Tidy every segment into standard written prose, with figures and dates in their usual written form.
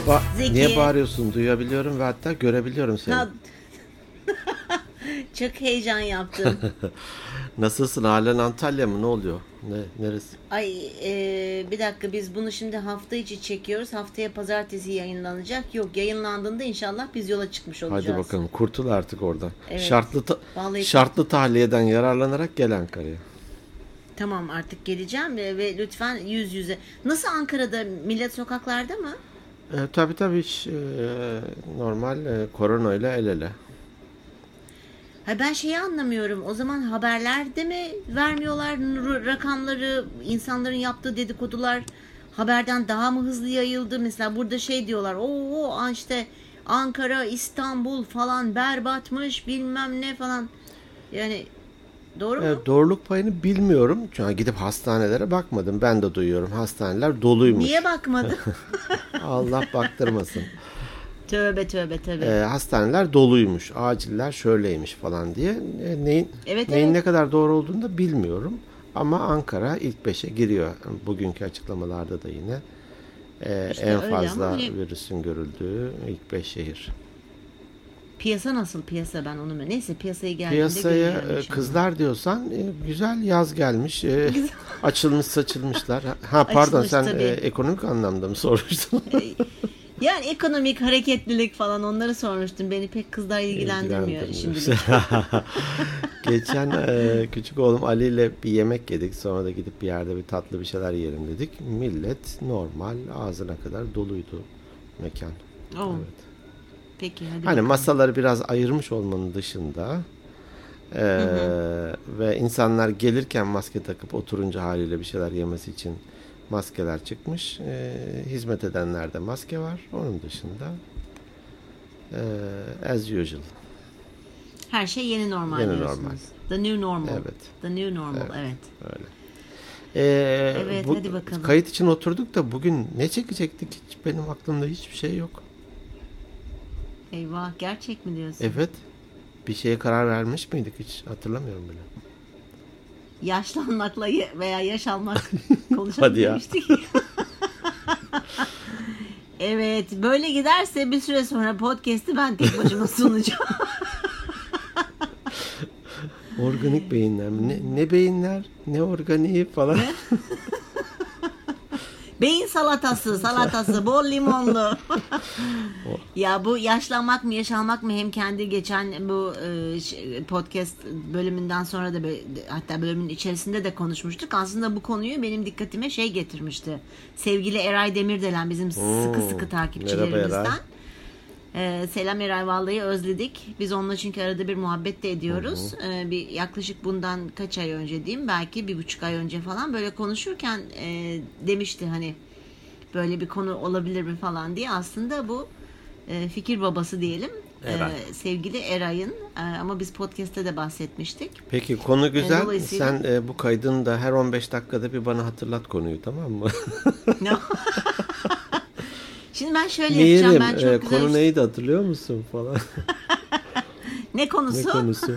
Zeki. Niye bağırıyorsun? Duyabiliyorum ve hatta görebiliyorum seni. Çok heyecan yaptım. Nasılsın? Halen Antalya mı? Ne oluyor? Neresi? Ay bir dakika, biz bunu şimdi hafta içi çekiyoruz. Haftaya pazartesi yayınlanacak. Yok, yayınlandığında inşallah biz yola çıkmış olacağız. Hadi bakalım, kurtul artık oradan. Evet. Vallahi Şartlı tahliyeden yararlanarak gel Ankara'ya. Tamam, artık geleceğim ve lütfen yüz yüze. Nasıl, Ankara'da millet sokaklarda mı? Tabii normal koronayla el ele. Ha, ben şeyi anlamıyorum. O zaman haberlerde mi vermiyorlar rakamları, insanların yaptığı dedikodular haberden daha mı hızlı yayıldı? Mesela burada şey diyorlar. İşte Ankara, İstanbul falan berbatmış, bilmem ne falan. Yani doğru mu? Doğruluk payını bilmiyorum. Çünkü gidip hastanelere bakmadım. Ben de duyuyorum. Hastaneler doluymuş. Niye bakmadın? Allah baktırmasın. Tövbe. Hastaneler doluymuş. Aciller şöyleymiş falan diye. Neyin ne kadar doğru olduğunu da bilmiyorum. Ama Ankara ilk 5'e giriyor. Bugünkü açıklamalarda da yine en fazla virüsün görüldüğü ilk 5 şehir. Piyasa nasıl? Piyasa, ben onu neyse, piyasayı geldiğinde Piyasaya kızlar diyorsan güzel, yaz gelmiş. Açılmış saçılmışlar. Pardon, sen ekonomik anlamda mı sormuştun? Yani ekonomik hareketlilik falan, onları sormuştum. Beni pek kızlar ilgilendirmiyor şimdilik. Geçen küçük oğlum Ali ile bir yemek yedik. Sonra da gidip bir yerde bir tatlı bir şeyler yiyelim dedik. Millet normal, ağzına kadar doluydu mekan. Evet. Peki, hadi hani bakalım. Masaları biraz ayırmış olmanın dışında ve insanlar gelirken maske takıp oturunca haliyle bir şeyler yemesi için maskeler çıkmış. Hizmet edenlerde maske var. Onun dışında as usual. Her şey yeni normal diyorsunuz. The new normal. Evet. The new normal, evet. Öyle. Evet, hadi bakalım. Kayıt için oturduk da bugün ne çekecektik? Hiç benim aklımda hiçbir şey yok. Eyvah, gerçek mi diyorsun? Evet. Bir şeye karar vermiş miydik hiç? Hatırlamıyorum bile. Yaşlanmakla veya yaş almak konuşalım Hadi ya. demiştik. Evet, böyle giderse bir süre sonra podcast'i ben tek başıma sunacağım. Organik beyinler mi? Ne beyinler? Ne organiği falan. Beyin salatası bol limonlu. Ya bu yaşlanmak mı yaş almak mı, hem kendi geçen bu podcast bölümünden sonra da hatta bölümün içerisinde de konuşmuştuk. Aslında bu konuyu benim dikkatime getirmişti. Sevgili Eray Demirdelen, bizim sıkı takipçilerimizden. Selam Eray, vallahi özledik. Biz onunla çünkü arada bir muhabbet de ediyoruz. Bir yaklaşık bundan kaç ay önce diyeyim, belki 1,5 ay önce falan böyle konuşurken demişti hani böyle bir konu olabilir mi falan diye. Aslında bu fikir babası diyelim. Sevgili Eray'ın, ama biz podcast'te de bahsetmiştik. Peki, konu güzel. Sen bu kaydını da her 15 dakikada bir bana hatırlat konuyu, tamam mı? Şimdi ben şöyle yapacağım. Ben çok güzel. Konu neydi, hatırlıyor musun falan? Ne konusu?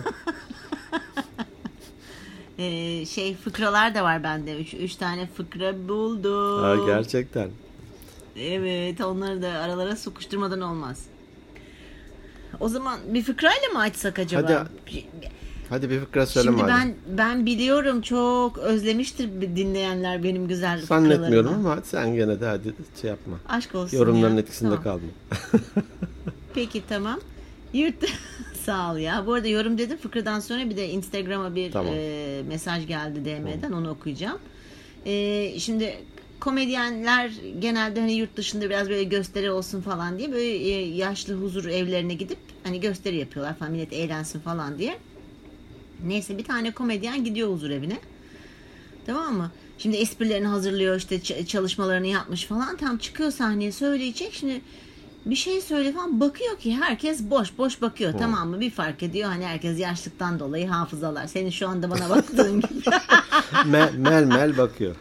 Fıkralar da var bende. 3 tane fıkra buldum. Gerçekten. Evet, onları da aralara sokuşturmadan olmaz. O zaman bir fıkrayla mı açsak acaba? Hadi bir fıkra söyle madem. Şimdi ben biliyorum, çok özlemiştir dinleyenler benim güzel fıkralarımı. Zannetmiyorum ama sen gene de hadi yapma. Aşk olsun. Yorumların etkisinde kalma. Peki, tamam. Sağ ol ya. Bu arada yorum dedim, fıkradan sonra bir de Instagram'a bir mesaj geldi DM'den, onu okuyacağım. Şimdi komedyenler genelde hani yurt dışında biraz böyle gösteri olsun falan diye böyle yaşlı huzur evlerine gidip hani gösteri yapıyorlar falan, millet eğlensin falan diye. Neyse, bir tane komedyen gidiyor huzur evine. Tamam mı? Şimdi esprilerini hazırlıyor, işte çalışmalarını yapmış falan. Tam çıkıyor sahneye, söyleyecek. Şimdi bir şey söyle falan, bakıyor ki herkes boş bakıyor. Tamam mı? Bir fark ediyor, hani herkes yaşlıktan dolayı hafızalar. Senin şu anda bana baktığın gibi. mel bakıyor.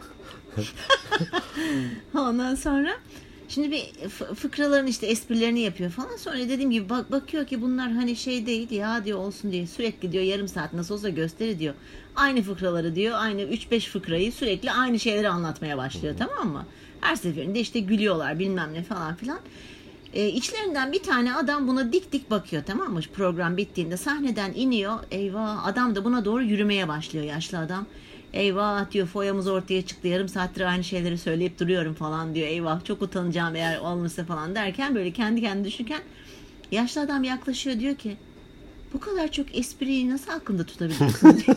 Ondan sonra şimdi bir fıkraların işte esprilerini yapıyor falan. Sonra dediğim gibi bakıyor ki bunlar hani şey değil ya, diyor, olsun diye sürekli diyor yarım saat nasıl olsa gösteri diyor. Aynı fıkraları diyor, aynı 3-5 fıkrayı sürekli aynı şeyleri anlatmaya başlıyor, tamam mı? Her seferinde işte gülüyorlar bilmem ne falan filan. İçlerinden bir tane adam buna dik dik bakıyor, tamam mı? Program bittiğinde sahneden iniyor. Eyvah, adam da buna doğru yürümeye başlıyor, yaşlı adam. Eyvah diyor, foyamız ortaya çıktı, yarım saattir aynı şeyleri söyleyip duruyorum falan diyor. Eyvah, çok utanacağım eğer olmasa falan derken böyle kendi kendine düşünürken yaşlı adam yaklaşıyor, diyor ki bu kadar çok espriyi nasıl aklında tutabiliyorsun diyor.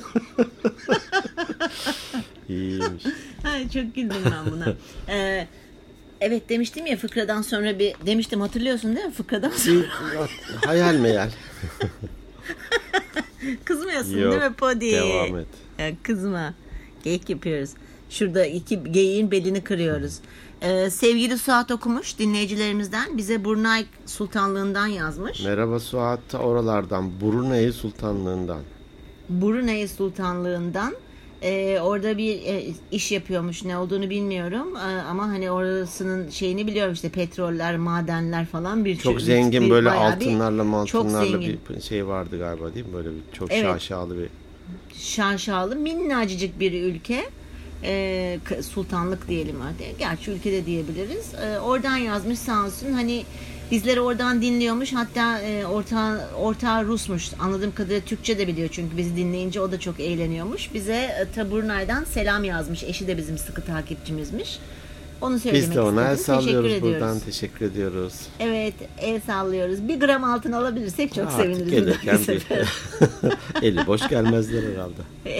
İyiymiş. Çok güldüm ben buna. Evet demiştim ya, fıkradan sonra demiştim, hatırlıyorsun değil mi fıkradan sonra? Hayal meyal. Kızmıyorsun Yok, değil mi Podi? devam et. Kızma. Geyik yapıyoruz. Şurada iki geyiğin belini kırıyoruz. Sevgili Suat okumuş, dinleyicilerimizden bize Brunei Sultanlığından yazmış. Merhaba Suat, oralardan, Brunei Sultanlığından. Brunei Sultanlığından. Orada bir iş yapıyormuş, ne olduğunu bilmiyorum ama hani orasının şeyini biliyorum, işte petroller, madenler falan, çok zengin, böyle altınlarla bir şey vardı galiba, değil mi? Böyle bir çok şaşalı minnacıcık bir ülke, sultanlık diyelim hadi, gerçi ülke de diyebiliriz. Oradan yazmış sağ olsun, hani bizleri oradan dinliyormuş, hatta ortağı Rusmuş anladığım kadarıyla, Türkçe de biliyor çünkü bizi dinleyince o da çok eğleniyormuş. Bize Brunei'den selam yazmış, eşi de bizim sıkı takipçimizmiş. Onu söylemek istedim. Biz de ona el sallıyoruz, teşekkür ediyoruz. Buradan teşekkür ediyoruz. Evet, el sallıyoruz. 1 gram altın alabilirsek çok seviniriz. Gelirken eli boş gelmezler herhalde.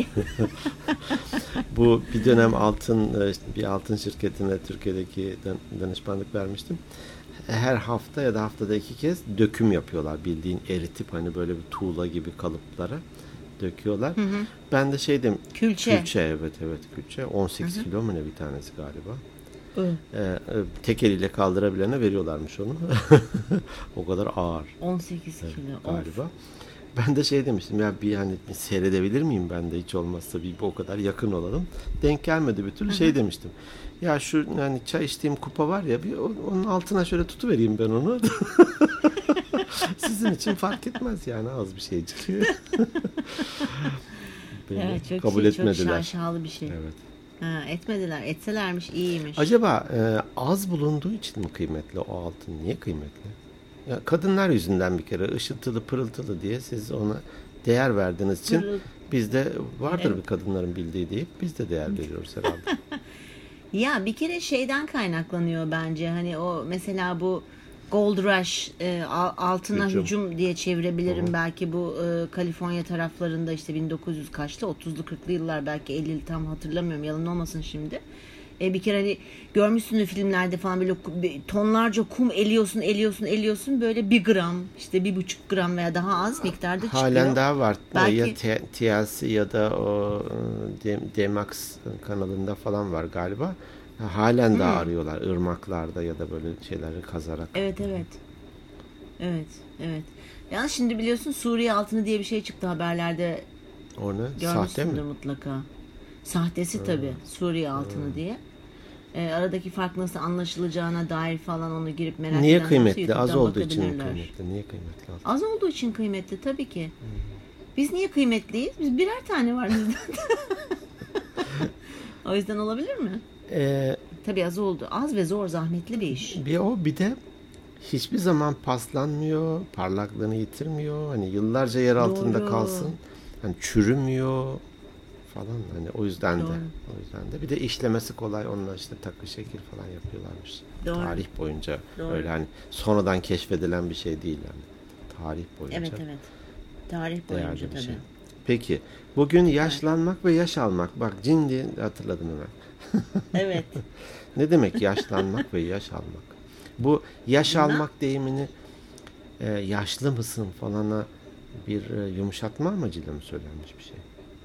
Bu bir dönem bir altın şirketine Türkiye'deki danışmanlık vermiştim. Her hafta ya da haftada 2 kez döküm yapıyorlar. Bildiğin eritip hani böyle bir tuğla gibi kalıplara döküyorlar. Hı hı. Ben de dedim. Külçe evet külçe. 18 kilo mu ne bir tanesi galiba. Tek eliyle kaldırabilene veriyorlarmış onu. O kadar ağır. 18 kilo. Galiba. Ben de demiştim ya, bir hani seyredebilir miyim ben de, hiç olmazsa bir o kadar yakın olalım. Denk gelmedi bir türlü. Demiştim. Ya şu hani çay içtiğim kupa var ya, bir onun altına şöyle tutuvereyim ben onu. Sizin için fark etmez yani, az bir şeycik. Evet, çok kabul etmediler. Çok şaşalı bir şey. Evet. Etmediler. Etselermiş iyiymiş. Acaba az bulunduğu için mi kıymetli o altın? Niye kıymetli? Ya kadınlar yüzünden bir kere, ışıltılı pırıltılı diye siz ona değer verdiğiniz için bizde vardır bir kadınların bildiği deyip biz de değer veriyoruz herhalde. Ya bir kere şeyden kaynaklanıyor bence, hani o mesela bu Gold Rush, altına hücum diye çevirebilirim. Belki bu Kaliforniya taraflarında işte 1900 kaçtı, 30'lu 40'lı yıllar, belki 50'li, tam hatırlamıyorum, yalan olmasın şimdi. Bir kere hani görmüşsünüz filmlerde falan, böyle tonlarca kum eliyorsun böyle 1 gram, işte 1,5 gram veya daha az miktarda çıkıyor. Halen daha var. Belki... Ya TLC ya da o D-Max kanalında falan var galiba. Halen daha arıyorlar ırmaklarda ya da böyle şeyleri kazarak. Evet. Yani şimdi biliyorsun Suriye altını diye bir şey çıktı haberlerde. O ne? Sahte mi? Mutlaka. Sahtesi tabii, Suriye altını diye. Aradaki fark nasıl anlaşılacağına dair falan, onu girip merak Niye eden kıymetli? Az olduğu için kıymetli. Niye kıymetli? Az olduğu için kıymetli tabii ki. Biz niye kıymetliyiz? Biz birer tane var bizden. O yüzden olabilir mi? Tabii az oldu. Az ve zor, zahmetli bir iş. Bir de hiçbir zaman paslanmıyor, parlaklığını yitirmiyor. Hani yıllarca yer altında kalsın. Hani çürümüyor falan, hani o yüzden de bir de işlemesi kolay, onunla işte takı şekil falan yapıyorlarmış. Doğru. Tarih boyunca öyle hani sonradan keşfedilen bir şey değil yani. Tarih boyunca. Evet. Tarih boyunca tabii. Şey. Peki bugün yaşlanmak ve yaş almak. Bak Cindi hatırladım hemen. Evet. Ne demek yaşlanmak ve yaş almak? Bu yaş almak deyimini yaşlı mısın falana bir yumuşatma amacıyla mı söylenmiş bir şey?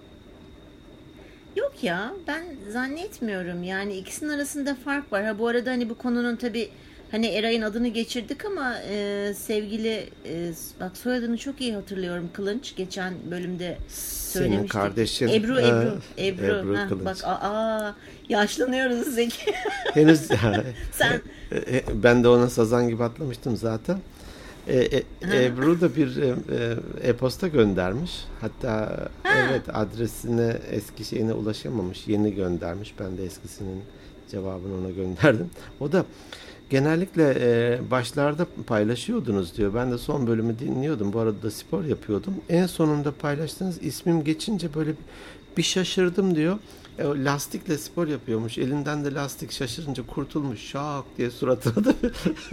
Yok ya, ben zannetmiyorum. Yani ikisinin arasında fark var. Bu arada hani bu konunun tabii hani Eray'ın adını geçirdik ama sevgili bak soyadını çok iyi hatırlıyorum, Kılınç, geçen bölümde söylemiştik. Senin kardeşin. Ebru Kılınç. Bak yaşlanıyoruz Zeki. Henüz sen ben de ona sazan gibi atlamıştım zaten. Ebru da bir e-posta göndermiş. Hatta evet, adresine, eski şeyine ulaşamamış. Yeni göndermiş. Ben de eskisinin cevabını ona gönderdim. O da genellikle başlarda paylaşıyordunuz diyor. Ben de son bölümü dinliyordum. Bu arada da spor yapıyordum. En sonunda paylaştığınız ismim geçince böyle bir şaşırdım diyor. Lastikle spor yapıyormuş. Elinden de lastik şaşırınca kurtulmuş. Şak diye suratına da.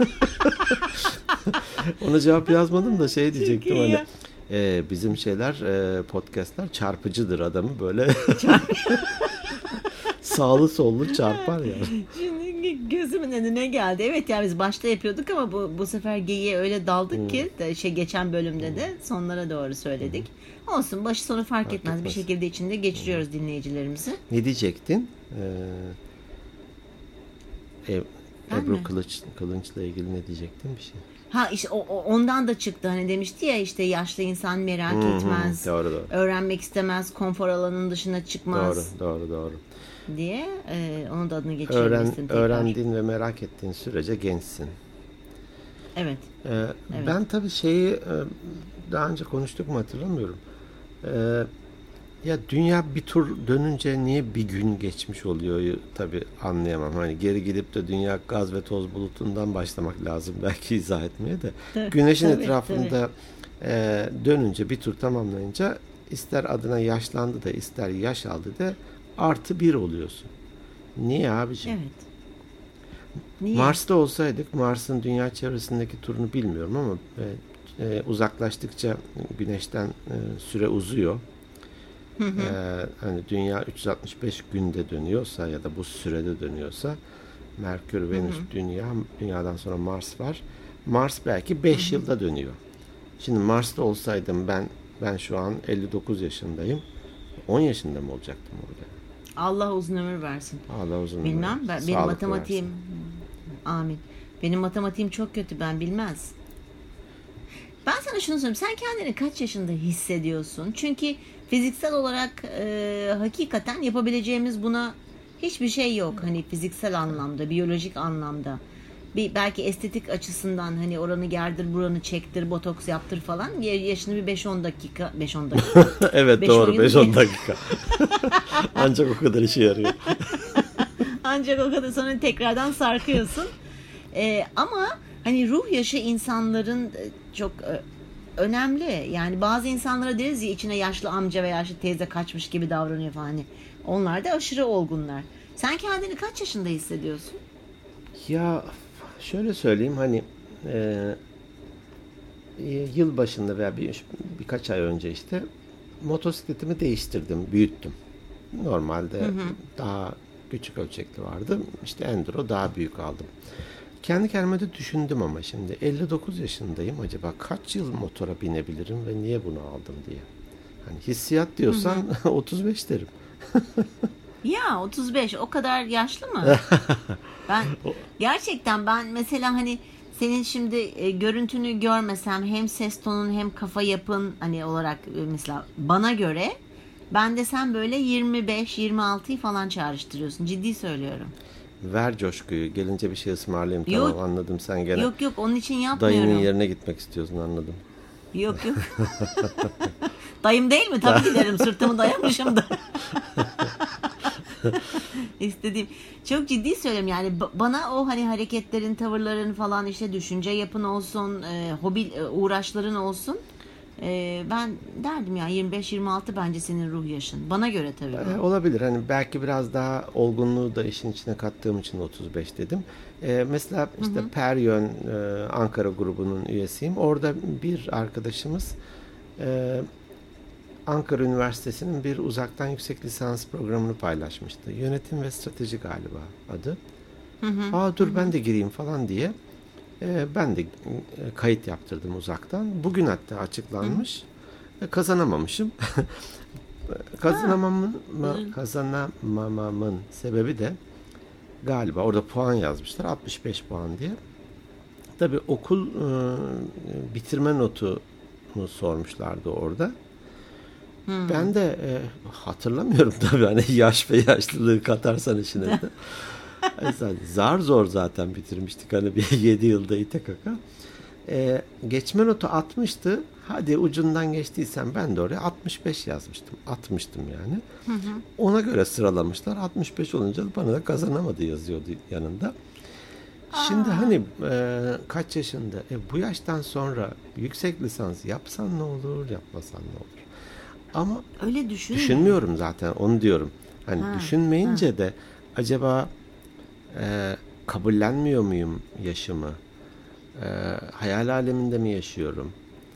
Ona cevap yazmadım da şey diyecektim hani. Bizim podcastlar çarpıcıdır, adamı böyle sağlı sollu çarpar ya. Şimdi gözümün önüne geldi. Evet ya, biz başta yapıyorduk ama bu sefer geyiğe öyle daldık ki geçen bölümde de sonlara doğru söyledik. Olsun, başı sonu fark etmez. Bir şekilde içinde geçiriyoruz dinleyicilerimizi. Ne diyecektin? Ebru Kılınç'la ilgili ne diyecektin, bir şey? Ha işte ondan da çıktı, hani demişti ya, işte yaşlı insan merak etmez, doğru. Öğrenmek istemez, konfor alanının dışına çıkmaz. Doğru. Diye onun da adını geçirebilirsin. Öğrendiğin ve merak ettiğin sürece gençsin. Evet. Evet. Ben tabii şeyi daha önce konuştuk mu hatırlamıyorum. Ya dünya bir tur dönünce niye bir gün geçmiş oluyor tabii anlayamam. Hani geri gidip de dünya gaz ve toz bulutundan başlamak lazım belki izah etmeye de. Güneşin etrafında dönünce, bir tur tamamlayınca, ister adına yaşlandı da ister yaş aldı da +1 oluyorsun. Niye abiciğim? Evet. Niye? Mars'ta olsaydık, Mars'ın dünya çevresindeki turunu bilmiyorum ama uzaklaştıkça güneşten süre uzuyor. Hani dünya 365 günde dönüyorsa ya da bu sürede dönüyorsa, Merkür, Venüs, Dünya'dan sonra Mars var. Mars belki 5 yılda dönüyor. Şimdi Mars'ta olsaydım ben şu an 59 yaşındayım. 10 yaşında mı olacaktım orada? Allah uzun ömür versin. Allah uzun ömür versin. Bilmem, benim matematiğim versin. Amin. Benim matematiğim çok kötü, ben bilmez. Ben sana şunu söyleyeyim. Sen kendini kaç yaşında hissediyorsun? Çünkü fiziksel olarak hakikaten yapabileceğimiz buna hiçbir şey yok. Hani fiziksel anlamda, biyolojik anlamda. Belki estetik açısından hani oranı gerdir, buranı çektir, botoks yaptır falan. Yaşını bir 5-10 dakika. Evet, doğru, 5-10 dakika. Ancak o kadar işe yarıyor. Ancak o kadar, sonra tekrardan sarkıyorsun. Ama hani ruh yaşı insanların çok önemli. Yani bazı insanlara deriz ya, içine yaşlı amca veya yaşlı teyze kaçmış gibi davranıyor falan. Hani onlar da aşırı olgunlar. Sen kendini kaç yaşında hissediyorsun? Ya şöyle söyleyeyim, hani yıl başında veya birkaç ay önce işte motosikletimi değiştirdim, büyüttüm. Normalde daha küçük ölçekli vardı. İşte enduro daha büyük aldım. Kendi kendime de düşündüm ama şimdi 59 yaşındayım. Acaba kaç yıl motora binebilirim ve niye bunu aldım diye. Hani hissiyat diyorsan 35 derim. Ya 35 o kadar yaşlı mı? Gerçekten ben mesela hani senin şimdi görüntünü görmesem, hem ses tonun hem kafa yapın hani olarak mesela bana göre, ben de sen böyle 25-26'yı falan çağrıştırıyorsun. Ciddi söylüyorum. Ver coşkuyu. Gelince bir şey ısmarlayayım. Yok, tamam, anladım, sen gene. Yok onun için yapmıyorum. Dayının yerine gitmek istiyorsun, anladım. Yok. Dayım değil mi? Tabii giderim. Sırtımı dayamışım da. İstediğim. Çok ciddi söylüyorum yani, bana o hani hareketlerin, tavırların falan, işte düşünce yapın olsun, hobi uğraşların olsun. Ben derdim ya 25-26 bence senin ruh yaşın. Bana göre tabii. Olabilir. Hani belki biraz daha olgunluğu da işin içine kattığım için 35 dedim. Mesela işte Peryön Ankara grubunun üyesiyim. Orada bir arkadaşımız Ankara Üniversitesi'nin bir uzaktan yüksek lisans programını paylaşmıştı. Yönetim ve strateji galiba adı. Ben de gireyim falan diye. Ben de kayıt yaptırdım uzaktan. Bugün hatta açıklanmış. Kazanamamışım. Kazanamamamın sebebi de galiba orada puan yazmışlar. 65 puan diye. Tabii okul bitirme notunu sormuşlardı orada. Ben de hatırlamıyorum tabii, hani yaş ve yaşlılığı katarsan işine de. Zar zor zaten bitirmiştik hani bir 7 yılda İTKK. Geçme notu 60'tı. Hadi ucundan geçtiysem ben de oraya 65 yazmıştım. 60'tım yani. Ona göre sıralamışlar. 65 olunca bana da kazanamadı yazıyordu yanında. Şimdi hani kaç yaşında? Bu yaştan sonra yüksek lisans yapsan ne olur, yapmasan ne olur? Ama öyle düşünmüyorum zaten, onu diyorum. Hani düşünmeyince de acaba kabullenmiyor muyum yaşımı? Hayal aleminde mi yaşıyorum?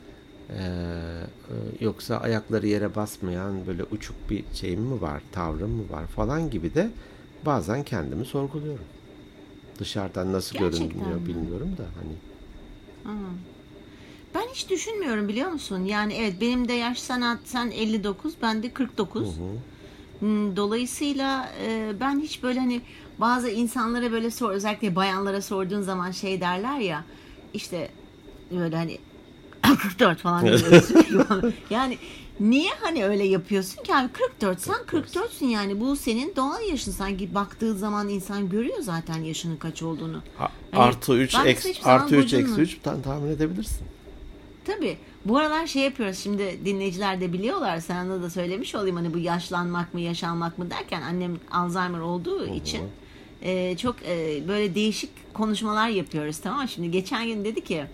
Yoksa ayakları yere basmayan böyle uçuk bir şeyim mi var, tavrım mı var falan gibi de bazen kendimi sorguluyorum. Dışarıdan nasıl görünüyor bilmiyorum da hani. Ben hiç düşünmüyorum, biliyor musun? Yani evet, benim de yaş sen 59, ben de 49. Dolayısıyla ben hiç böyle hani bazı insanlara böyle özellikle bayanlara sorduğun zaman şey derler ya, işte böyle hani 44 falan diyorsun. Yani niye hani öyle yapıyorsun ki abi? 44 sen 44'sün yani, bu senin doğal yaşın. Sanki baktığı zaman insan görüyor zaten yaşının kaç olduğunu. Hani artı 3 eksi 3 tahmin edebilirsin. Tabii. Bu aralar şey yapıyoruz, şimdi dinleyiciler de biliyorlar, sana da söylemiş olayım, hani bu yaşlanmak mı yaşanmak mı derken, annem Alzheimer olduğu için çok böyle değişik konuşmalar yapıyoruz, tamam mı? Şimdi geçen gün dedi ki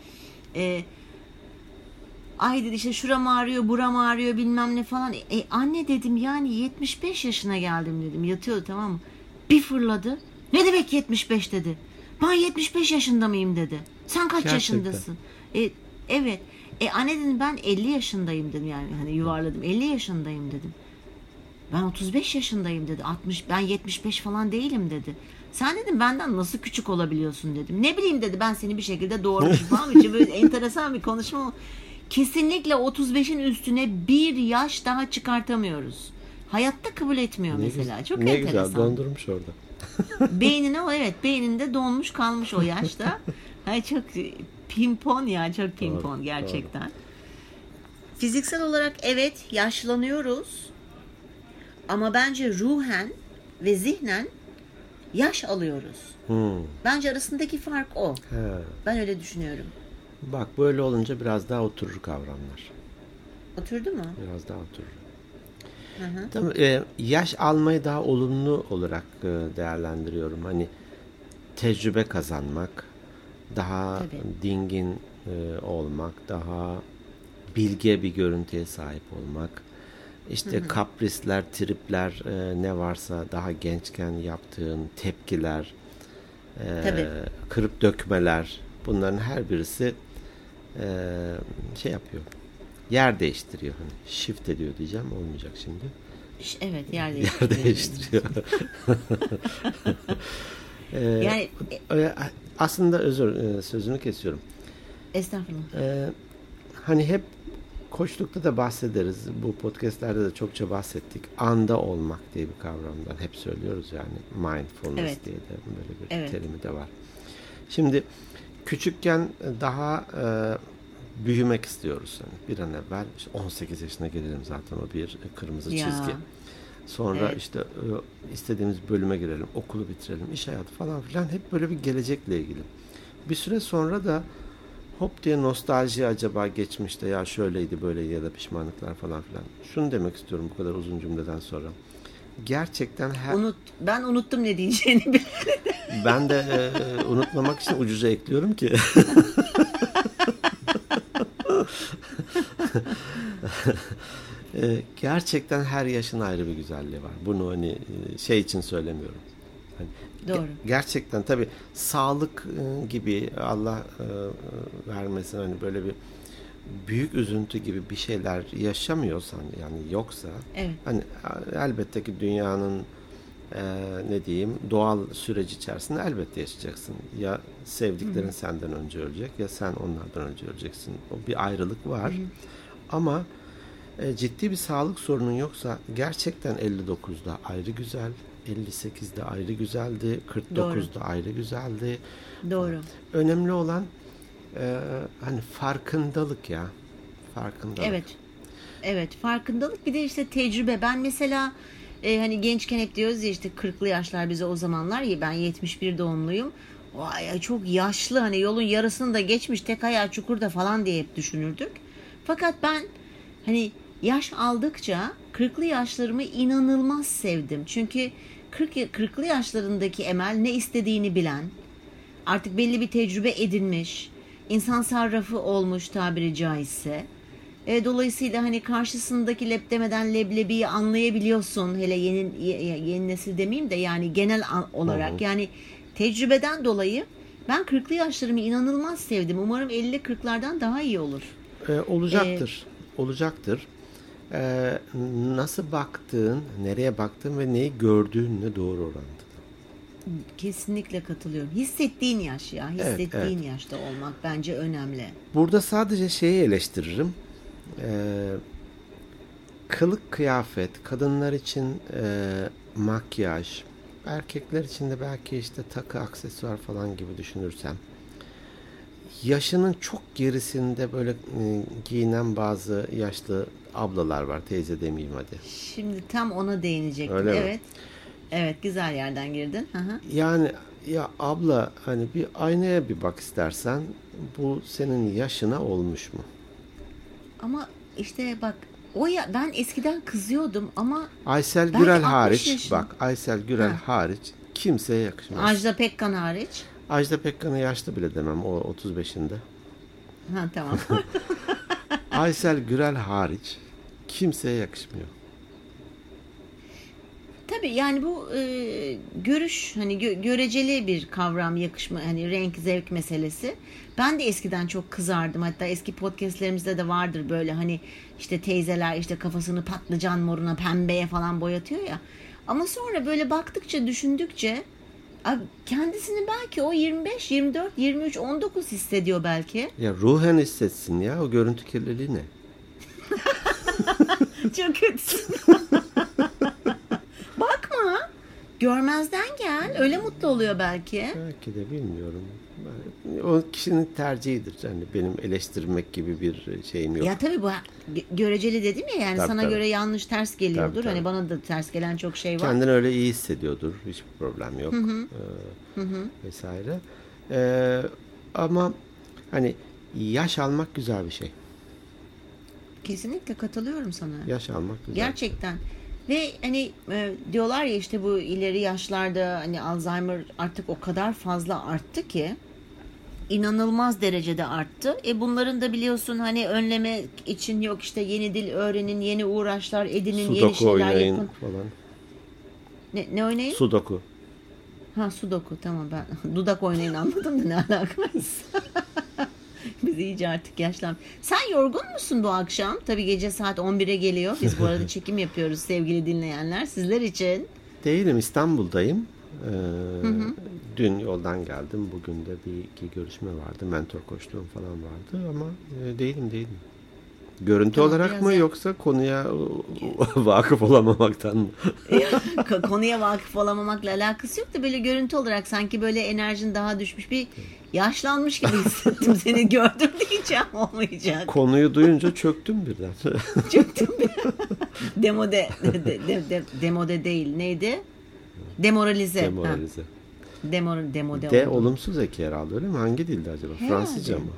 ay dedi, işte şuram ağrıyor, buram ağrıyor, bilmem ne falan. Anne dedim, yani 75 yaşına geldim dedim, yatıyordu, tamam mı? Bir fırladı. Ne demek 75 dedi. Ben 75 yaşında mıyım dedi. Sen kaç yaşındasın? Evet. Anne dedim, ben 50 yaşındayım dedim, yani hani yuvarladım, 50 yaşındayım dedim. Ben 35 yaşındayım dedi. 60, ben 75 falan değilim dedi. Sen dedim benden nasıl küçük olabiliyorsun dedim. Ne bileyim dedi, ben seni bir şekilde doğurmuşum falan. Böyle enteresan bir konuşma. Kesinlikle 35'in üstüne bir yaş daha çıkartamıyoruz. Hayatta kabul etmiyor mesela. Çok ne enteresan. Ne güzel dondurmuş orada. Beyninde donmuş kalmış o yaşta. Çok pimpon ya, çok pimpon doğru, gerçekten. Doğru. Fiziksel olarak evet yaşlanıyoruz. Ama bence ruhen ve zihnen yaş alıyoruz. Bence arasındaki fark o. Ben öyle düşünüyorum. Bak, böyle olunca biraz daha oturur kavramlar. Oturdu mu? Biraz daha oturur. Tabii, yaş almayı daha olumlu olarak değerlendiriyorum. Hani tecrübe kazanmak, daha dingin olmak, daha bilge bir görüntüye sahip olmak. İşte kaprisler, tripler, ne varsa daha gençken yaptığın tepkiler, kırıp dökmeler, bunların her birisi şey yapıyor. Yer değiştiriyor. Hani shift ediyor diyeceğim, olmayacak şimdi. Evet, yer değiştiriyor. Yer değiştiriyor. Yani aslında sözünü kesiyorum. Estağfurullah. Hani hep koçlukta da bahsederiz. Bu podcastlerde de çokça bahsettik. Anda olmak diye bir kavramdan hep söylüyoruz yani. Mindfulness diye de böyle bir terimi de var. Şimdi küçükken daha büyümek istiyoruz. Yani bir an evvel işte 18 yaşına gelelim, zaten o bir kırmızı çizgi. Sonra işte istediğimiz bölüme girelim, okulu bitirelim, iş hayatı falan filan, hep böyle bir gelecekle ilgili. Bir süre sonra da hop diye nostalji, acaba geçmişte ya şöyleydi böyleydi ya da pişmanlıklar falan filan. Şunu demek istiyorum bu kadar uzun cümleden sonra. Gerçekten ben unuttum ne diyeceğini bile. Ben de unutmamak için ucuza ekliyorum ki. Gerçekten her yaşın ayrı bir güzelliği var. Bunu hani şey için söylemiyorum. Hani doğru. Gerçekten tabii sağlık gibi Allah vermesin, hani böyle bir büyük üzüntü gibi bir şeyler yaşamıyorsan, yani yoksa hani elbette ki dünyanın ne diyeyim, doğal süreci içerisinde elbette yaşayacaksın. Ya sevdiklerin senden önce ölecek, ya sen onlardan önce öleceksin. O bir ayrılık var. Ama ciddi bir sağlık sorunun yoksa gerçekten 59'da ayrı güzel, 58'de ayrı güzeldi, 49'da ayrı güzeldi. Doğru. Önemli olan hani farkındalık ya. Farkındalık. Evet, farkındalık, bir de işte tecrübe. Ben mesela hani gençken hep diyoruz ya, işte 40'lı yaşlar bize o zamanlar, ya ben 71 doğumluyum. Vay çok yaşlı, hani yolun yarısını da geçmiş, tek ayağı çukurda falan diye hep düşünürdük. Fakat ben hani yaş aldıkça 40'lı yaşlarımı inanılmaz sevdim. Çünkü 40'lı yaşlarındaki Emel ne istediğini bilen, artık belli bir tecrübe edinmiş, insan sarrafı olmuş tabiri caizse. Dolayısıyla hani karşısındaki lep demeden leblebiyi anlayabiliyorsun. Hele yeni nesil demeyeyim de yani genel olarak. Yani tecrübeden dolayı ben 40'lı yaşlarımı inanılmaz sevdim. Umarım 50'li 40'lardan daha iyi olur. Olacaktır. Olacaktır. Nasıl baktığın, nereye baktığın ve neyi gördüğünle doğru orantılı. Kesinlikle katılıyorum. Hissettiğin yaş ya. Hissettiğin yaşta olmak bence önemli. Burada sadece şeyi eleştiririm. Kılık kıyafet, kadınlar için makyaj, erkekler için de belki işte takı, aksesuar falan gibi düşünürsem, yaşının çok gerisinde böyle giyinen bazı yaşlı ablalar var. Teyze demeyeyim hadi. Şimdi tam ona değinecektim. Öyle evet. Mi? Evet, güzel yerden girdin. Hı-hı. Yani ya abla hani bir aynaya bir bak istersen, bu senin yaşına olmuş mu? Ama işte bak ben eskiden kızıyordum ama Aysel Gürel hariç bak, Aysel Gürel hariç kimseye yakışmaz. Ajda Pekkan hariç. Ajda Pekkan'a yaşlı bile demem, o 35'inde. Ha tamam. Aysel Gürel hariç kimseye yakışmıyor. Tabii yani bu görüş hani göreceli bir kavram, yakışma hani renk zevk meselesi. Ben de eskiden çok kızardım. Hatta eski podcastlerimizde de vardır böyle hani işte teyzeler işte kafasını patlıcan moruna, pembeye falan boyatıyor ya. Ama sonra böyle baktıkça, düşündükçe kendisini belki o 25, 24, 23, 19 hissediyor belki. Ya ruhen hissetsin ya, o görüntü kirliliği ne? Çok kötüsün. Bakma. Görmezden gel. Öyle mutlu oluyor belki. Belki de, bilmiyorum. O kişinin tercihidir. Yani benim eleştirmek gibi bir şeyim yok. Ya tabii bu göreceli dedim ya yani, sana göre yanlış, ters geliyordur. Tabii. Hani bana da ters gelen çok şey var. Kendini öyle iyi hissediyordur. Hiçbir problem yok. Vesaire. Ama hani yaş almak güzel bir şey. Kesinlikle katılıyorum sana. Yaş almak güzel. Gerçekten. Ve hani diyorlar ya işte bu ileri yaşlarda hani Alzheimer artık o kadar fazla arttı ki, inanılmaz derecede arttı. Bunların da biliyorsun hani önleme için yok işte yeni dil öğrenin, yeni uğraşlar edinin, Sudoku yeni şeyler yapın falan. Ne oynayın? Sudoku. Ha, Sudoku, tamam, ben dudak oynayın anladım da ne alakaysa. Biz iyice artık yaşlandık. Sen yorgun musun bu akşam? Tabii gece saat 11'e geliyor. Biz bu arada çekim yapıyoruz sevgili dinleyenler. Sizler için. Değilim, İstanbul'dayım. Dün yoldan geldim. Bugün de bir iki görüşme vardı. Mentor koçluğum falan vardı ama değilim. Görüntü tamam, olarak mı yoksa konuya vakıf olamamaktan mı? Konuya vakıf olamamakla alakası yok da böyle görüntü olarak sanki böyle enerjin daha düşmüş, bir yaşlanmış gibi hissettim. Seni gördüm diyeceğim, olmayacak. Konuyu duyunca çöktüm birden. Çöktüm birden. Demode değil, neydi? Demoralize. Demode. Olumsuz eki herhalde, öyle mi? Hangi dilde acaba? Herhalde. Fransızca mı?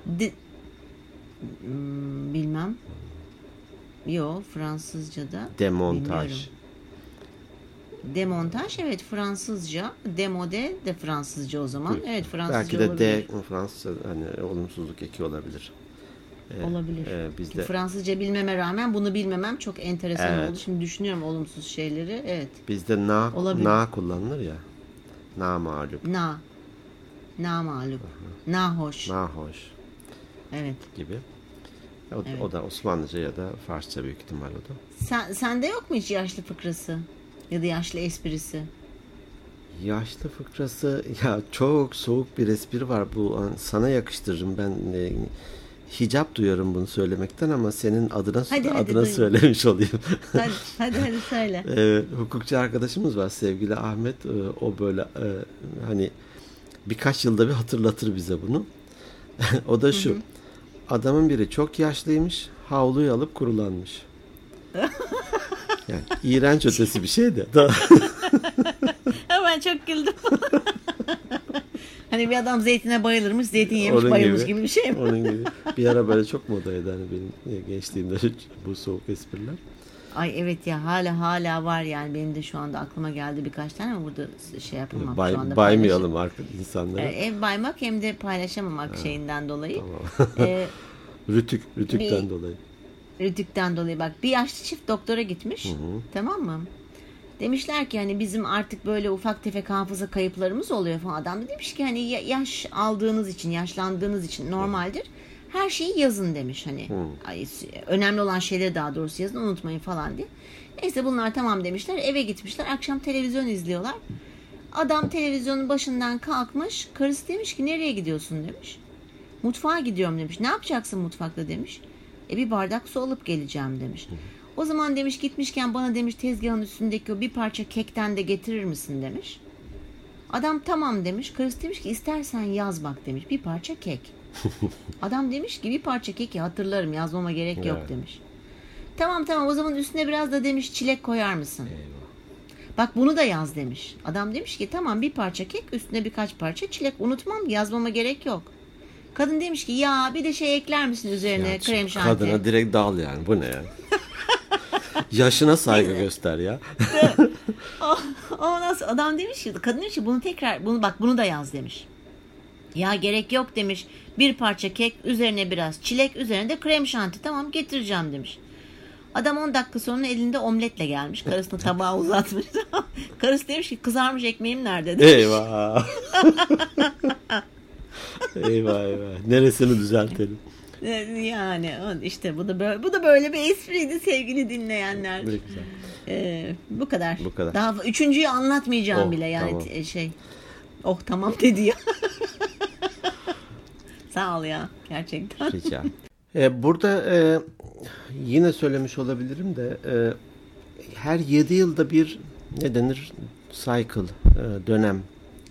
Bilmem. Yo, Fransızca'da. Demontaj. Bilmiyorum. Demontaj, evet, Fransızca. Demode de Fransızca o zaman. Evet, Fransızca belki de olabilir. Fransızca hani olumsuzluk eki olabilir. Olabilir. Bizde... Fransızca bilmeme rağmen bunu bilmemem çok enteresan oldu. Şimdi düşünüyorum olumsuz şeyleri. Evet. Bizde na kullanılır ya. Na mağlup. Na mağlup. Nahoş. Evet. Gibi. O da Osmanlıca ya da Farsça büyük ihtimal o da. Sende yok mu hiç yaşlı fıkrası? Ya da yaşlı esprisi? Yaşlı fıkrası ya, çok soğuk bir espri var. Bu sana yakıştırırım ben. Hicap duyuyorum bunu söylemekten ama senin adına söylemiş olayım. Hadi söyle. Hukukçu arkadaşımız var, sevgili Ahmet. O böyle hani birkaç yılda bir hatırlatır bize bunu. O da şu. Adamın biri çok yaşlıymış, havluyu alıp kurulanmış. Yani iğrenç ötesi bir şey de. Ben çok güldüm. Hani bir adam zeytine bayılırmış, zeytin yemiş bayılmış gibi bir şey mi? Onun gibi. Bir ara böyle çok modaydı hani benim gençliğimde bu soğuk espriler. Ay evet ya, hala var yani, benim de şu anda aklıma geldi birkaç tane ama burada şey yapamam şu anda. Baymayalım artık insanlara. Hem baymak hem de paylaşamamak şeyinden dolayı. Tamam. Rütükten dolayı. Rütükten dolayı bak, bir yaşlı çift doktora gitmiş. Hı. Tamam mı? Demişler ki hani bizim artık böyle ufak tefek hafıza kayıplarımız oluyor falan. Adam da demiş ki hani yaş aldığınız için, yaşlandığınız için normaldir. Her şeyi yazın demiş hani. Önemli olan şeyleri daha doğrusu yazın, unutmayın falan diye. Neyse bunlar tamam demişler. Eve gitmişler. Akşam televizyon izliyorlar. Adam televizyonun başından kalkmış. Karısı demiş ki nereye gidiyorsun demiş. Mutfağa gidiyorum demiş. Ne yapacaksın mutfakta demiş. Bir bardak su alıp geleceğim demiş. O zaman demiş gitmişken bana demiş tezgahın üstündeki o bir parça kekten de getirir misin demiş. Adam tamam demiş. Karısı demiş ki istersen yaz bak demiş. Bir parça kek. Adam demiş ki bir parça keki hatırlarım, yazmama gerek yok demiş. Tamam o zaman üstüne biraz da demiş çilek koyar mısın? Eyvah. Bak bunu da yaz demiş. Adam demiş ki tamam bir parça kek üstüne birkaç parça çilek, unutmam, yazmama gerek yok. Kadın demiş ki ya bir de şey ekler misin üzerine ya, krem şanti? Kadına direkt dal yani, bu ne ya? Yaşına saygı göster ya. Ondan sonra adam demiş ki, kadın demiş ki bunu da yaz demiş. Ya gerek yok demiş. Bir parça kek, üzerine biraz çilek, üzerine de krem şanti, tamam getireceğim demiş. Adam 10 dakika sonra elinde omletle gelmiş. Karısına tabağı uzatmış. Karısı demiş ki kızarmış ekmeğim nerede demiş. Eyvah. eyvah. Neresini düzeltelim? Yani işte bu da böyle bir espriydi sevgili dinleyenler. Bu kadar. Daha üçüncüyü anlatmayacağım bile yani tamam. Tamam dedi ya. Sağ ol ya gerçekten. Rica. Burada yine söylemiş olabilirim de her 7 yılda bir ne denir? Cycle, döngü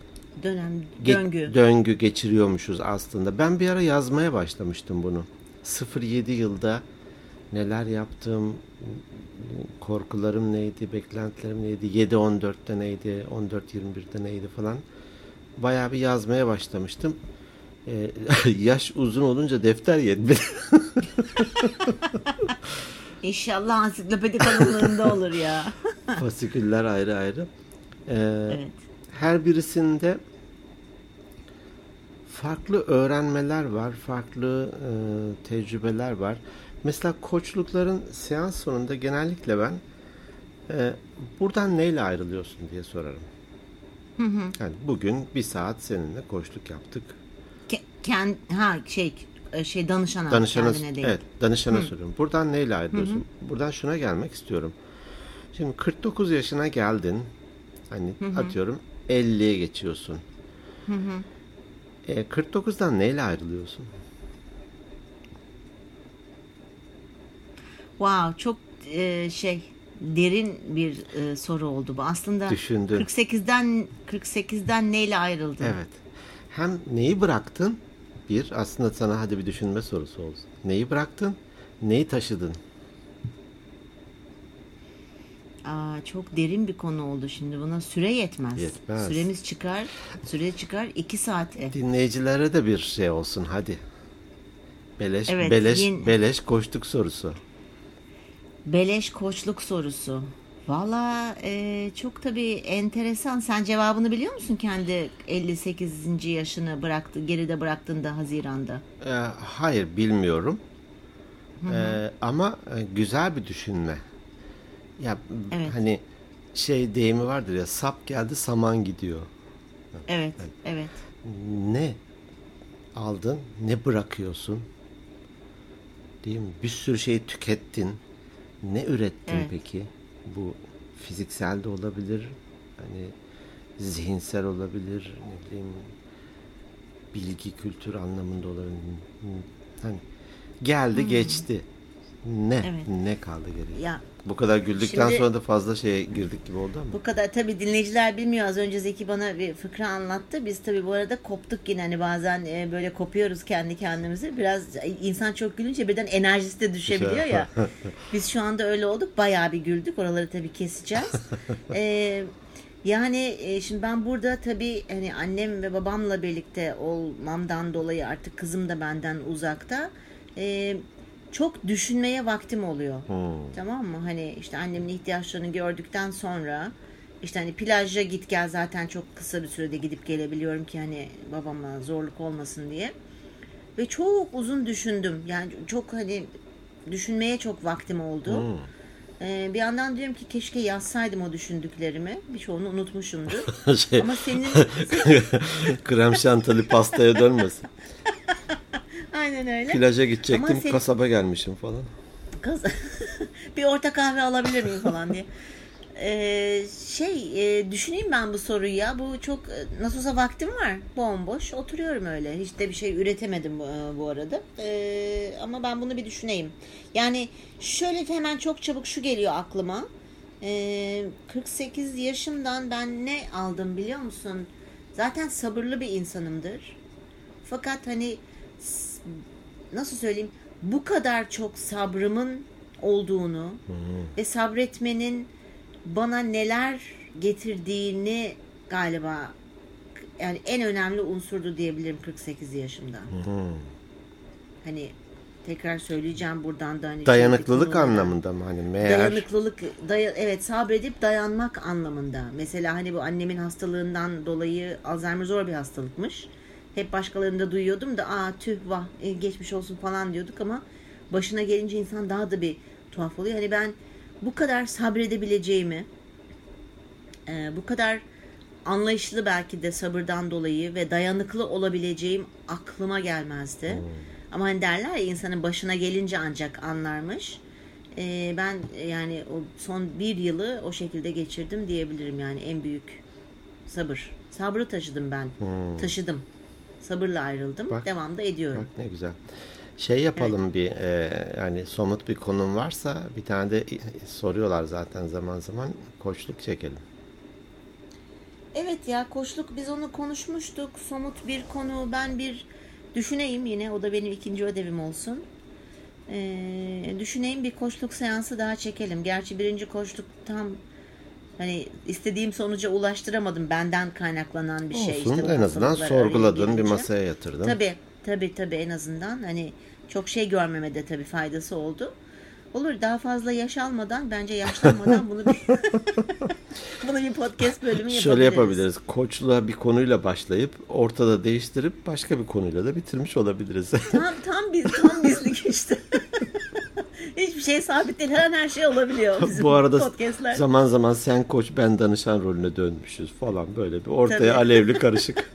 geçiriyormuşuz aslında. Ben bir ara yazmaya başlamıştım bunu. 0-7 yılda neler yaptım, korkularım neydi, beklentilerim neydi, 7-14'te neydi, 14-21'de neydi falan. Bayağı bir yazmaya başlamıştım. Yaş uzun olunca defter yetmedi. İnşallah ansiklopedi kalınlığında olur ya. Fasiküller ayrı. Evet. Her birisinde farklı öğrenmeler var, farklı tecrübeler var. Mesela koçlukların seans sonunda genellikle ben buradan neyle ayrılıyorsun diye sorarım. Hı. Yani bugün 1 saat seninle koçluk yaptık. Danışana evet, danışana soruyorum. Buradan neyle ayrılıyorsun? Hı. Buradan şuna gelmek istiyorum. Şimdi 49 yaşına geldin. Hani atıyorum 50'ye geçiyorsun. 49'dan neyle ayrılıyorsun? Wow, çok derin bir soru oldu bu. Aslında düşündüm. 48'den neyle ayrıldın? Evet. Hem neyi bıraktın? Aslında sana hadi bir düşünme sorusu olsun. Neyi bıraktın? Neyi taşıdın? Çok derin bir konu oldu şimdi. Buna süre yetmez. Süremiz çıkar. Süre çıkar 2 saate. Dinleyicilere de bir şey olsun hadi. Beleş koçluk sorusu. Beleş koçluk sorusu. Valla çok tabii enteresan. Sen cevabını biliyor musun kendi 58. yaşını geride bıraktığında Haziran'da? Hayır bilmiyorum. Ama güzel bir düşünme. Ya evet. Hani deyimi vardır ya, sap geldi saman gidiyor. Evet. Ne aldın, ne bırakıyorsun? Değil mi? Bir sürü şey tükettin. Ne ürettin peki? Bu fiziksel de olabilir. Hani zihinsel olabilir. Ne bileyim, bilgi, kültür anlamında olabilir. Hani geldi geçti. Ne kaldı geriye? Ya, bu kadar güldükten sonra da fazla şeye girdik gibi oldu ama. Bu kadar tabii dinleyiciler bilmiyor. Az önce Zeki bana bir fıkra anlattı. Biz tabii bu arada koptuk yine. Hani bazen böyle kopuyoruz kendi kendimizi. Biraz insan çok gülünce birden enerjisi de düşebiliyor ya. Biz şu anda öyle olduk. Bayağı bir güldük. Oraları tabii keseceğiz. Yani şimdi ben burada tabii hani annem ve babamla birlikte olmamdan dolayı artık kızım da benden uzakta. çok düşünmeye vaktim oluyor. Tamam mı? Hani işte annemin ihtiyaçlarını gördükten sonra işte hani plaja git gel, zaten çok kısa bir sürede gidip gelebiliyorum ki hani babama zorluk olmasın diye. Ve çok uzun düşündüm. Yani çok hani düşünmeye çok vaktim oldu. Bir yandan diyorum ki keşke yazsaydım o düşündüklerimi. Birçoğunu unutmuşumdur. Ama senin krem şantali pastaya dönmesin. Aynen öyle. Plaja gidecektim, kasaba gelmişim falan. Bir orta kahve alabilir miyim falan diye. Düşüneyim ben bu soruyu ya. Bu çok, nasıl olsa vaktim var. Bomboş oturuyorum öyle. Hiç de bir şey üretemedim bu arada. Ama ben bunu bir düşüneyim. Yani şöyle hemen çok çabuk şu geliyor aklıma. 48 yaşımdan ben ne aldım biliyor musun? Zaten sabırlı bir insanımdır. Fakat hani nasıl söyleyeyim, bu kadar çok sabrımın olduğunu ve sabretmenin bana neler getirdiğini galiba yani en önemli unsurdu diyebilirim 48 yaşımda. Hani tekrar söyleyeceğim buradan da hani dayanıklılık anlamında mı hani meğer? Dayanıklılık, evet, sabredip dayanmak anlamında. Mesela hani bu annemin hastalığından dolayı, Alzheimer zor bir hastalıkmış. Hep başkalarında duyuyordum da tüh vah geçmiş olsun falan diyorduk ama başına gelince insan daha da bir tuhaf oluyor. Hani ben bu kadar sabredebileceğimi, bu kadar anlayışlı belki de sabırdan dolayı ve dayanıklı olabileceğim aklıma gelmezdi. Ama hani derler ya, insanın başına gelince ancak anlarmış. Ben yani o son bir yılı o şekilde geçirdim diyebilirim, yani en büyük sabır. Sabrı taşıdım ben. Taşıdım. Sabırla ayrıldım. Bak, devam da ediyorum. Bak ne güzel. Şey yapalım, evet. Bir yani somut bir konum varsa bir tane de soruyorlar zaten zaman zaman, koçluk çekelim. Evet ya, koçluk, biz onu konuşmuştuk. Somut bir konu, ben bir düşüneyim, yine o da benim ikinci ödevim olsun. Düşüneyim, bir koçluk seansı daha çekelim. Gerçi birinci koçluk tam hani istediğim sonuca ulaştıramadım, benden kaynaklanan bir olsun, şey. İşte en azından sorguladın, bir masaya yatırdın. Tabii en azından hani çok şey görmeme de tabii faydası oldu. Olur, daha fazla yaş almadan, bence yaşlanmadan bunu bir podcast bölümü yapabiliriz. Şöyle yapabiliriz. Koçluğa bir konuyla başlayıp ortada değiştirip başka bir konuyla da bitirmiş olabiliriz. Tam bizlik işte. Hiçbir şey sabit değil. Her şey olabiliyor bizim bu arada podcastler. Zaman zaman sen koç ben danışan rolüne dönmüşüz falan, böyle bir ortaya tabii. Alevli karışık.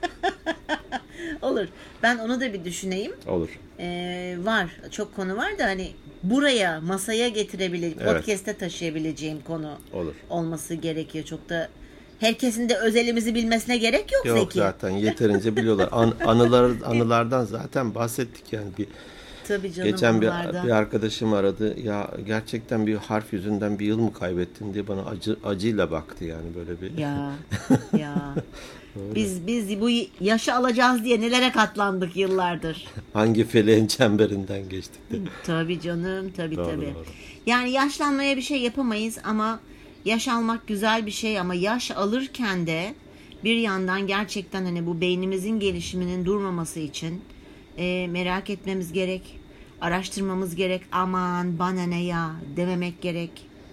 Olur. Ben onu da bir düşüneyim. Olur. Var. Çok konu var da hani buraya, masaya getirebileceğim, evet. Podcast'e taşıyabileceğim konu olur. Olması gerekiyor. Çok da herkesin de özelimizi bilmesine gerek yok Zeki. Yok, zaten yeterince biliyorlar. Anılardan zaten bahsettik yani. Tabii canım, geçen bir arkadaşım aradı. Ya gerçekten bir harf yüzünden bir yıl mı kaybettin diye bana acıyla baktı yani, böyle bir. Ya. Biz bu yaşı alacağız diye nelere katlandık yıllardır. Hangi feleğin çemberinden geçtik de. Tabii canım, tabii. Doğru. Yani yaşlanmaya bir şey yapamayız ama yaş almak güzel bir şey, ama yaş alırken de bir yandan gerçekten hani bu beynimizin gelişiminin durmaması için merak etmemiz gerek, araştırmamız gerek, aman bana ne ya dememek gerek.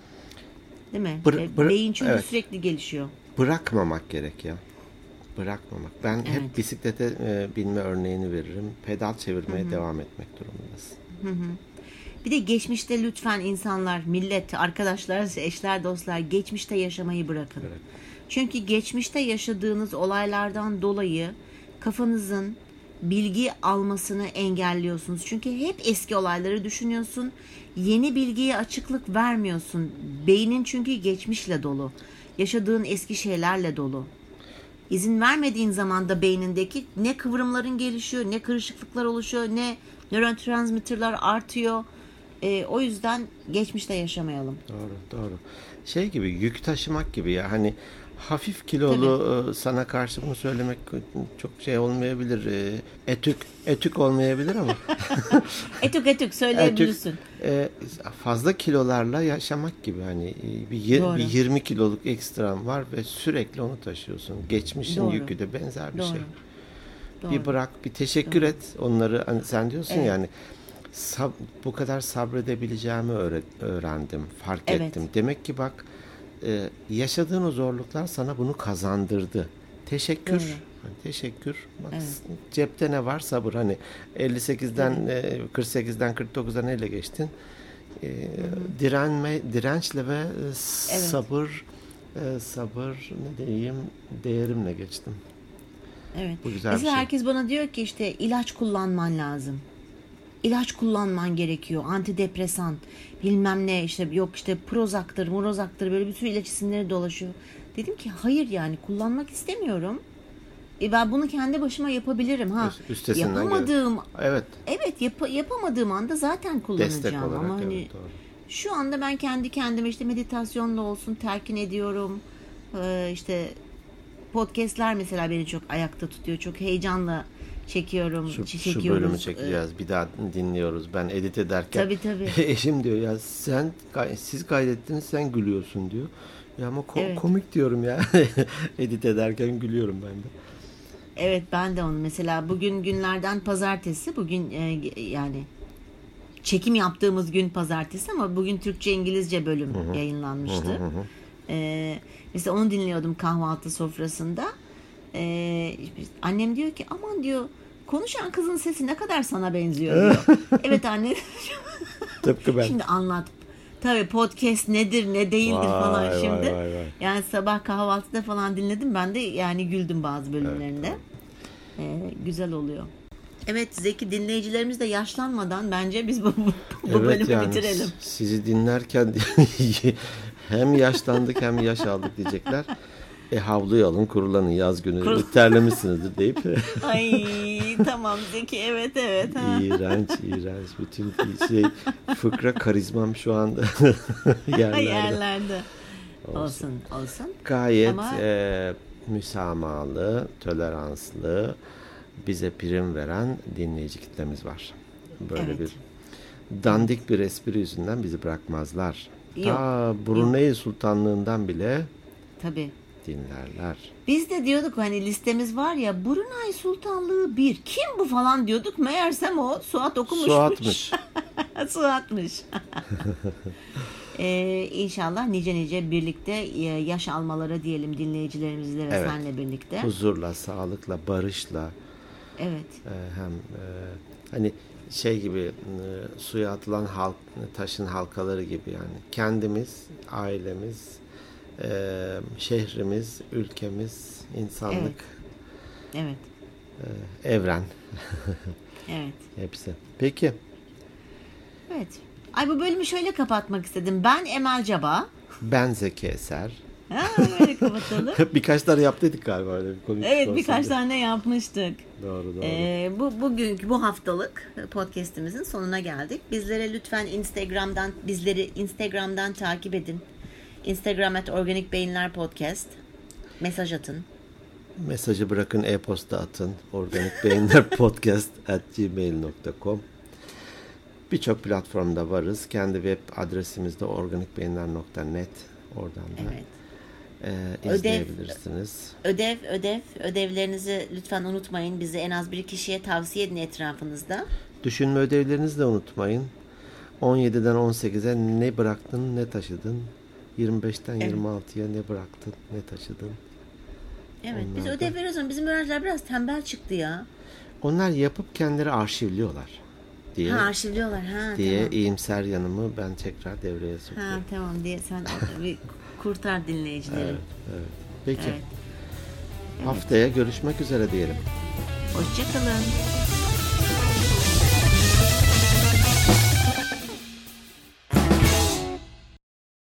Değil mi? Beyin çünkü evet. Sürekli gelişiyor. Bırakmamak gerek ya. Bırakmamak. Ben hep bisiklete binme örneğini veririm. Pedal çevirmeye devam etmek durumundasın. Bir de geçmişte lütfen insanlar, millet, arkadaşlar, eşler, dostlar, geçmişte yaşamayı bırakın. Evet. Çünkü geçmişte yaşadığınız olaylardan dolayı kafanızın bilgi almasını engelliyorsunuz. Çünkü hep eski olayları düşünüyorsun. Yeni bilgiye açıklık vermiyorsun. Beynin çünkü geçmişle dolu. Yaşadığın eski şeylerle dolu. İzin vermediğin zaman da beynindeki ne kıvrımların gelişiyor, ne kırışıklıklar oluşuyor, ne nörotransmitterler artıyor. O yüzden geçmişte yaşamayalım. Doğru. Şey gibi, yük taşımak gibi ya, hani hafif kilolu sana karşı bunu söylemek çok şey olmayabilir. Etük olmayabilir ama. etük söyleyebilirsin. Fazla kilolarla yaşamak gibi, hani bir 20 kiloluk ekstran var ve sürekli onu taşıyorsun. Geçmişin yükü de benzer bir şey. Doğru. Bir bırak, bir teşekkür et onları. Hani sen diyorsun yani bu kadar sabredebileceğimi öğrendim, fark ettim. Demek ki bak, yaşadığın o zorluklar sana bunu kazandırdı. Teşekkür. Teşekkür. Bak, cepte ne var? Sabır. Hani 58'den 48'den 49'dan neyle geçtin? Dirençle ve sabır ne diyeyim, değerimle geçtim. Evet. Bu güzel mesela bir şey. Herkes bana diyor ki işte ilaç kullanman lazım. İlaç kullanman gerekiyor. Antidepresan, bilmem ne, işte yok işte Prozac'tır, Murozak'tır, böyle bir sürü ilaç isimleri dolaşıyor. Dedim ki hayır, yani kullanmak istemiyorum. Ben bunu kendi başıma yapabilirim. Yapamadığım yapamadığım anda zaten kullanacağım. Destek olarak, ama hani doğru. Şu anda ben kendi kendime işte meditasyonla olsun telkin ediyorum. İşte podcastler mesela beni çok ayakta tutuyor. Çok heyecanla çekiyorum. Şu bölümü çekeceğiz. Bir daha dinliyoruz. Ben edit ederken tabii. Eşim diyor ya, siz kaydettiniz, sen gülüyorsun diyor. Ya ama komik diyorum ya. Edit ederken gülüyorum ben de. Evet, ben de onu mesela bugün günlerden pazartesi, bugün yani çekim yaptığımız gün pazartesi ama bugün Türkçe İngilizce bölüm yayınlanmıştı. Mesela onu dinliyordum kahvaltı sofrasında. Annem diyor ki aman diyor, konuşan kızın sesi ne kadar sana benziyor diyor. Evet anne. Tıpkı ben. Şimdi anlat. Tabii podcast nedir ne değildir falan şimdi. Vay. Yani sabah kahvaltıda falan dinledim, ben de yani güldüm bazı bölümlerinde. Evet. Güzel oluyor. Evet Zeki, dinleyicilerimiz de yaşlanmadan bence biz bu bölümü bitirelim. Sizi dinlerken hem yaşlandık hem yaş aldık diyecekler. Havluyu alın, kurulanın, yaz günü terlemişsinizdir deyip. Ay tamam Zeki, evet. İğrenç. Bütün fıkra karizmam şu anda yerlerde. Olsun. Gayet müsamahalı, toleranslı, bize prim veren dinleyici kitlemiz var. Böyle bir dandik bir espri yüzünden bizi bırakmazlar. Ta Brunei Sultanlığından bile dinlerler. Biz de diyorduk hani listemiz var ya, Brunei Sultanlığı 1. Kim bu falan diyorduk. Meğersem o Suat okumuşmuş. Suatmış. İnşallah nice birlikte yaş almaları diyelim dinleyicilerimizle ve senle birlikte. Huzurla, sağlıkla, barışla. Evet. Hem hani şey gibi, suya atılan taşın halkaları gibi, yani kendimiz, ailemiz, şehrimiz, ülkemiz, insanlık, evren. Evet. Hepsi. Peki. Evet. Ay, bu bölümü şöyle kapatmak istedim. Ben Emel Caba. Ben Zeki Eser. Böyle kapatalım. Birkaç tane yaptıydık galiba öyle bir konu. Evet, birkaç tane yapmıştık. Doğru. Bu haftalık podcast'imizin sonuna geldik. Bizleri lütfen Instagram'dan takip edin. Instagram @organikbeyinlerpodcast. Mesaj atın. Mesajı bırakın, e-posta atın. organikbeyinlerpodcast@gmail.com. Birçok platformda varız. Kendi web adresimizde organikbeyinler.net. Oradan da izleyebilirsiniz. Ödevlerinizi lütfen unutmayın. Bizi en az bir kişiye tavsiye edin etrafınızda. Düşünme ödevlerinizi de unutmayın. 17'den 18'e ne bıraktın, ne taşıdın? 25'ten 26'ya ne bıraktın, ne taşıdın? Evet, biz ödev veriyoruz ama bizim öğrenciler biraz tembel çıktı ya. Onlar yapıp kendileri arşivliyorlar diye. Arşivliyorlar. Diye iyimser yanımı ben tekrar devreye sokuyorum. Tamam diye sen bir kurtar dinleyicileri. Evet. Peki. Haftaya görüşmek üzere diyelim. Hoşça kalın.